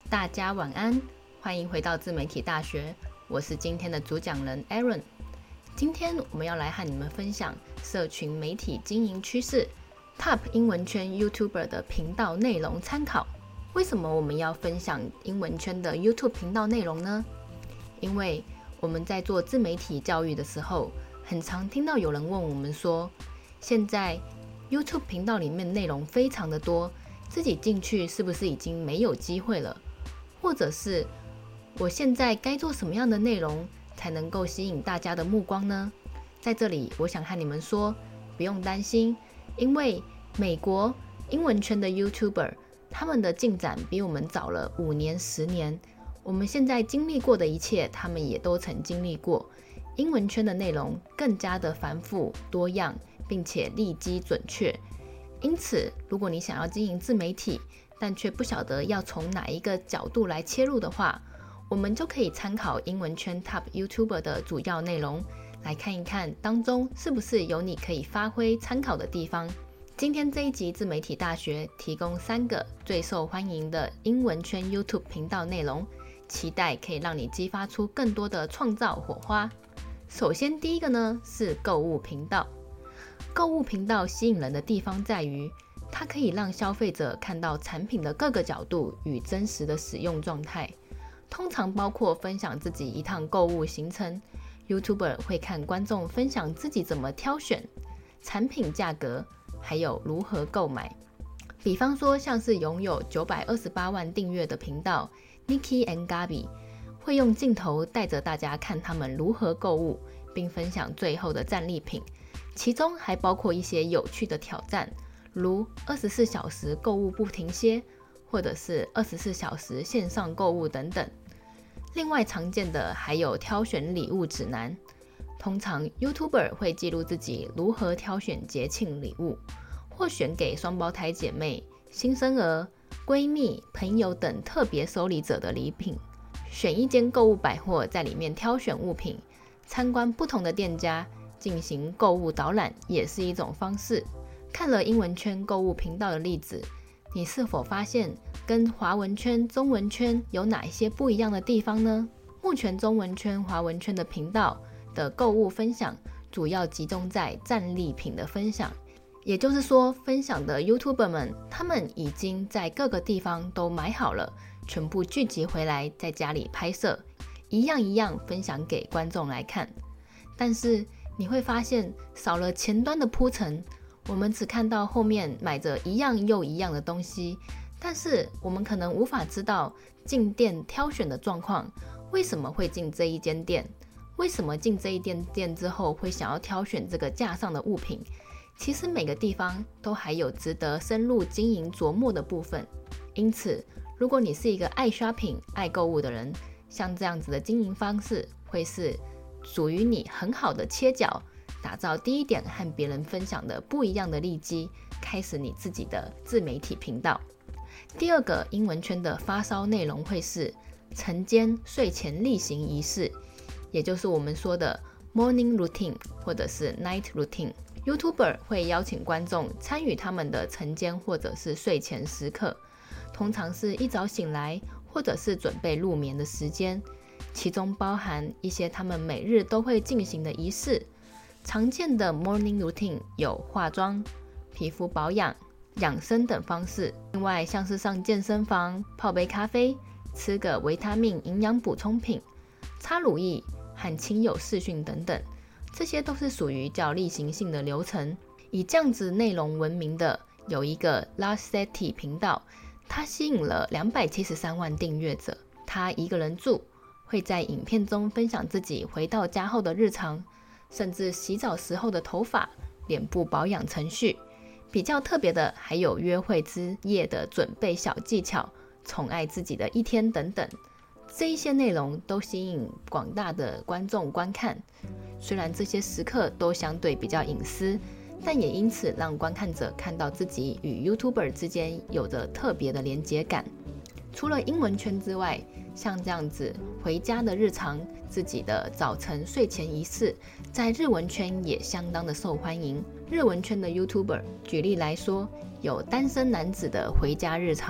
大家晚安，欢迎回到自媒体大学，我是今天的主讲人 Aaron。 今天我们要来和你们分享社群媒体经营趋势 Top 英文圈 YouTuber 的频道内容参考。为什么我们要分享英文圈的 YouTube 频道内容呢？因为我们在做自媒体教育的时候，很常听到有人问我们说，现在 YouTube 频道里面内容非常的多，自己进去是不是已经没有机会了？或者是我现在该做什么样的内容才能够吸引大家的目光呢？在这里我想和你们说，不用担心，因为美国英文圈的 YouTuber 他们的进展比我们早了5年10年，我们现在经历过的一切他们也都曾经历过。英文圈的内容更加的繁复多样，并且立基准确。因此如果你想要经营自媒体，但却不晓得要从哪一个角度来切入的话，我们就可以参考英文圈 Top YouTuber 的主要内容，来看一看当中是不是有你可以发挥参考的地方。今天这一集自媒体大学提供3个最受欢迎的英文圈 YouTube 频道内容，期待可以让你激发出更多的创造火花。首先第一个呢是购物频道。购物频道吸引人的地方在于，它可以让消费者看到产品的各个角度与真实的使用状态，通常包括分享自己一趟购物行程。 YouTuber 会看观众分享自己怎么挑选产品价格，还有如何购买。比方说像是拥有928万订阅的频道 Nikki and Gabi 会用镜头带着大家看他们如何购物，并分享最后的战利品，其中还包括一些有趣的挑战，如24小时购物不停歇，或者是24小时线上购物等等。另外常见的还有挑选礼物指南，通常 YouTuber 会记录自己如何挑选节庆礼物，或选给双胞胎姐妹、新生儿、闺蜜、朋友等特别收礼者的礼品。选一间购物百货，在里面挑选物品，参观不同的店家，进行购物导览也是一种方式。看了英文圈购物频道的例子，你是否发现跟华文圈、中文圈有哪一些不一样的地方呢？目前中文圈、华文圈的频道的购物分享主要集中在战利品的分享，也就是说分享的 YouTuber 们他们已经在各个地方都买好了，全部聚集回来在家里拍摄，一样一样分享给观众来看。但是你会发现少了前端的铺陈，我们只看到后面买着一样又一样的东西，但是我们可能无法知道进店挑选的状况，为什么会进这一间店，为什么进这一间店之后会想要挑选这个架上的物品。其实每个地方都还有值得深入经营琢磨的部分。因此如果你是一个爱 shopping 爱购物的人，像这样子的经营方式会是属于你很好的切角，打造第一点和别人分享的不一样的利基，开始你自己的自媒体频道。第二个英文圈的发烧内容会是晨间睡前例行仪式，也就是我们说的 morning routine 或者是 night routine。 YouTuber 会邀请观众参与他们的晨间或者是睡前时刻，通常是一早醒来或者是准备入眠的时间，其中包含一些他们每日都会进行的仪式。常见的 morning routine 有化妆、皮肤保养、养生等方式。另外像是上健身房、泡杯咖啡、吃个维他命营养补充品、擦乳液和亲友视讯等等，这些都是属于较例行性的流程。以这样子内容闻名的有一个 Larsetti 频道，他吸引了273万订阅者。他一个人住，会在影片中分享自己回到家后的日常，甚至洗澡时候的头发、脸部保养程序。比较特别的还有约会之夜的准备小技巧、宠爱自己的一天等等。这一些内容都吸引广大的观众观看，虽然这些时刻都相对比较隐私，但也因此让观看者看到自己与 YouTuber 之间有着特别的连结感。除了英文圈之外，像这样子回家的日常、自己的早晨睡前仪式，在日文圈也相当的受欢迎。日文圈的 YouTuber 举例来说，有单身男子的回家日常，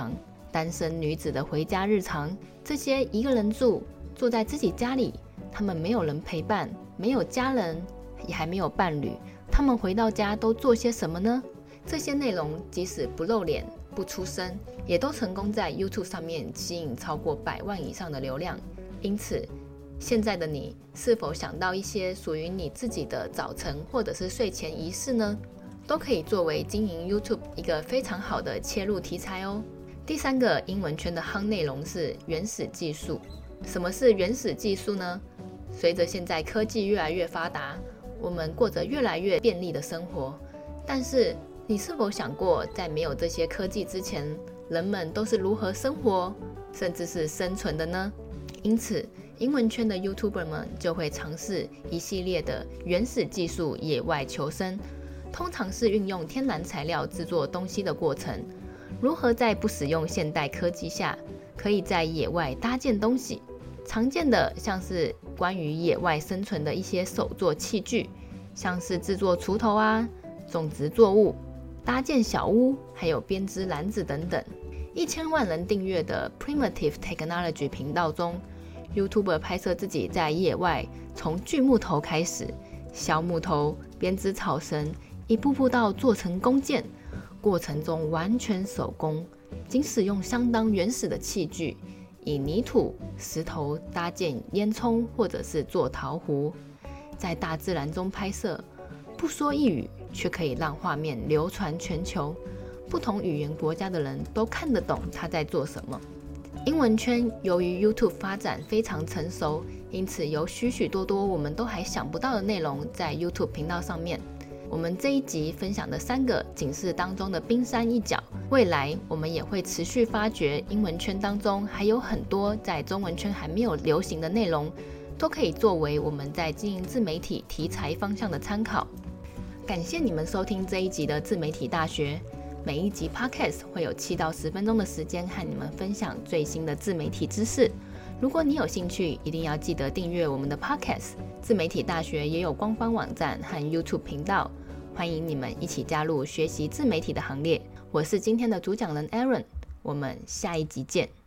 单身女子的回家日常，这些一个人住在自己家里，他们没有人陪伴，没有家人，也还没有伴侣，他们回到家都做些什么呢？这些内容即使不露脸不出声，也都成功在 YouTube 上面吸引超过100万以上的流量。因此现在的你是否想到一些属于你自己的早晨或者是睡前仪式呢？都可以作为经营 YouTube 一个非常好的切入题材哦。第3个英文圈的夯内容是原始技术。什么是原始技术呢？随着现在科技越来越发达，我们过着越来越便利的生活，但是你是否想过，在没有这些科技之前，人们都是如何生活甚至是生存的呢？因此英文圈的 YouTuber 们就会尝试一系列的原始技术野外求生，通常是运用天然材料制作东西的过程，如何在不使用现代科技下可以在野外搭建东西。常见的像是关于野外生存的一些手作器具，像是制作锄头啊、种植作物、搭建小屋，还有编织篮子等等。1000万人订阅的 Primitive Technology 频道中， YouTuber 拍摄自己在野外从锯木头开始，削木头、编织草绳，一步步到做成弓箭，过程中完全手工，仅使用相当原始的器具，以泥土、石头搭建烟囱或者是做陶壶，在大自然中拍摄，不说一语却可以让画面流传全球，不同语言国家的人都看得懂他在做什么。英文圈由于 YouTube 发展非常成熟，因此有许许多多我们都还想不到的内容在 YouTube 频道上面。我们这一集分享的3个仅是当中的冰山一角，未来我们也会持续发掘英文圈当中还有很多在中文圈还没有流行的内容，都可以作为我们在经营自媒体题材方向的参考。感谢你们收听这一集的自媒体大学，每一集 Podcast 会有7到10分钟的时间和你们分享最新的自媒体知识。如果你有兴趣，一定要记得订阅我们的 Podcast。 自媒体大学也有官方网站和 YouTube 频道，欢迎你们一起加入学习自媒体的行列。我是今天的主讲人 Aaron， 我们下一集见。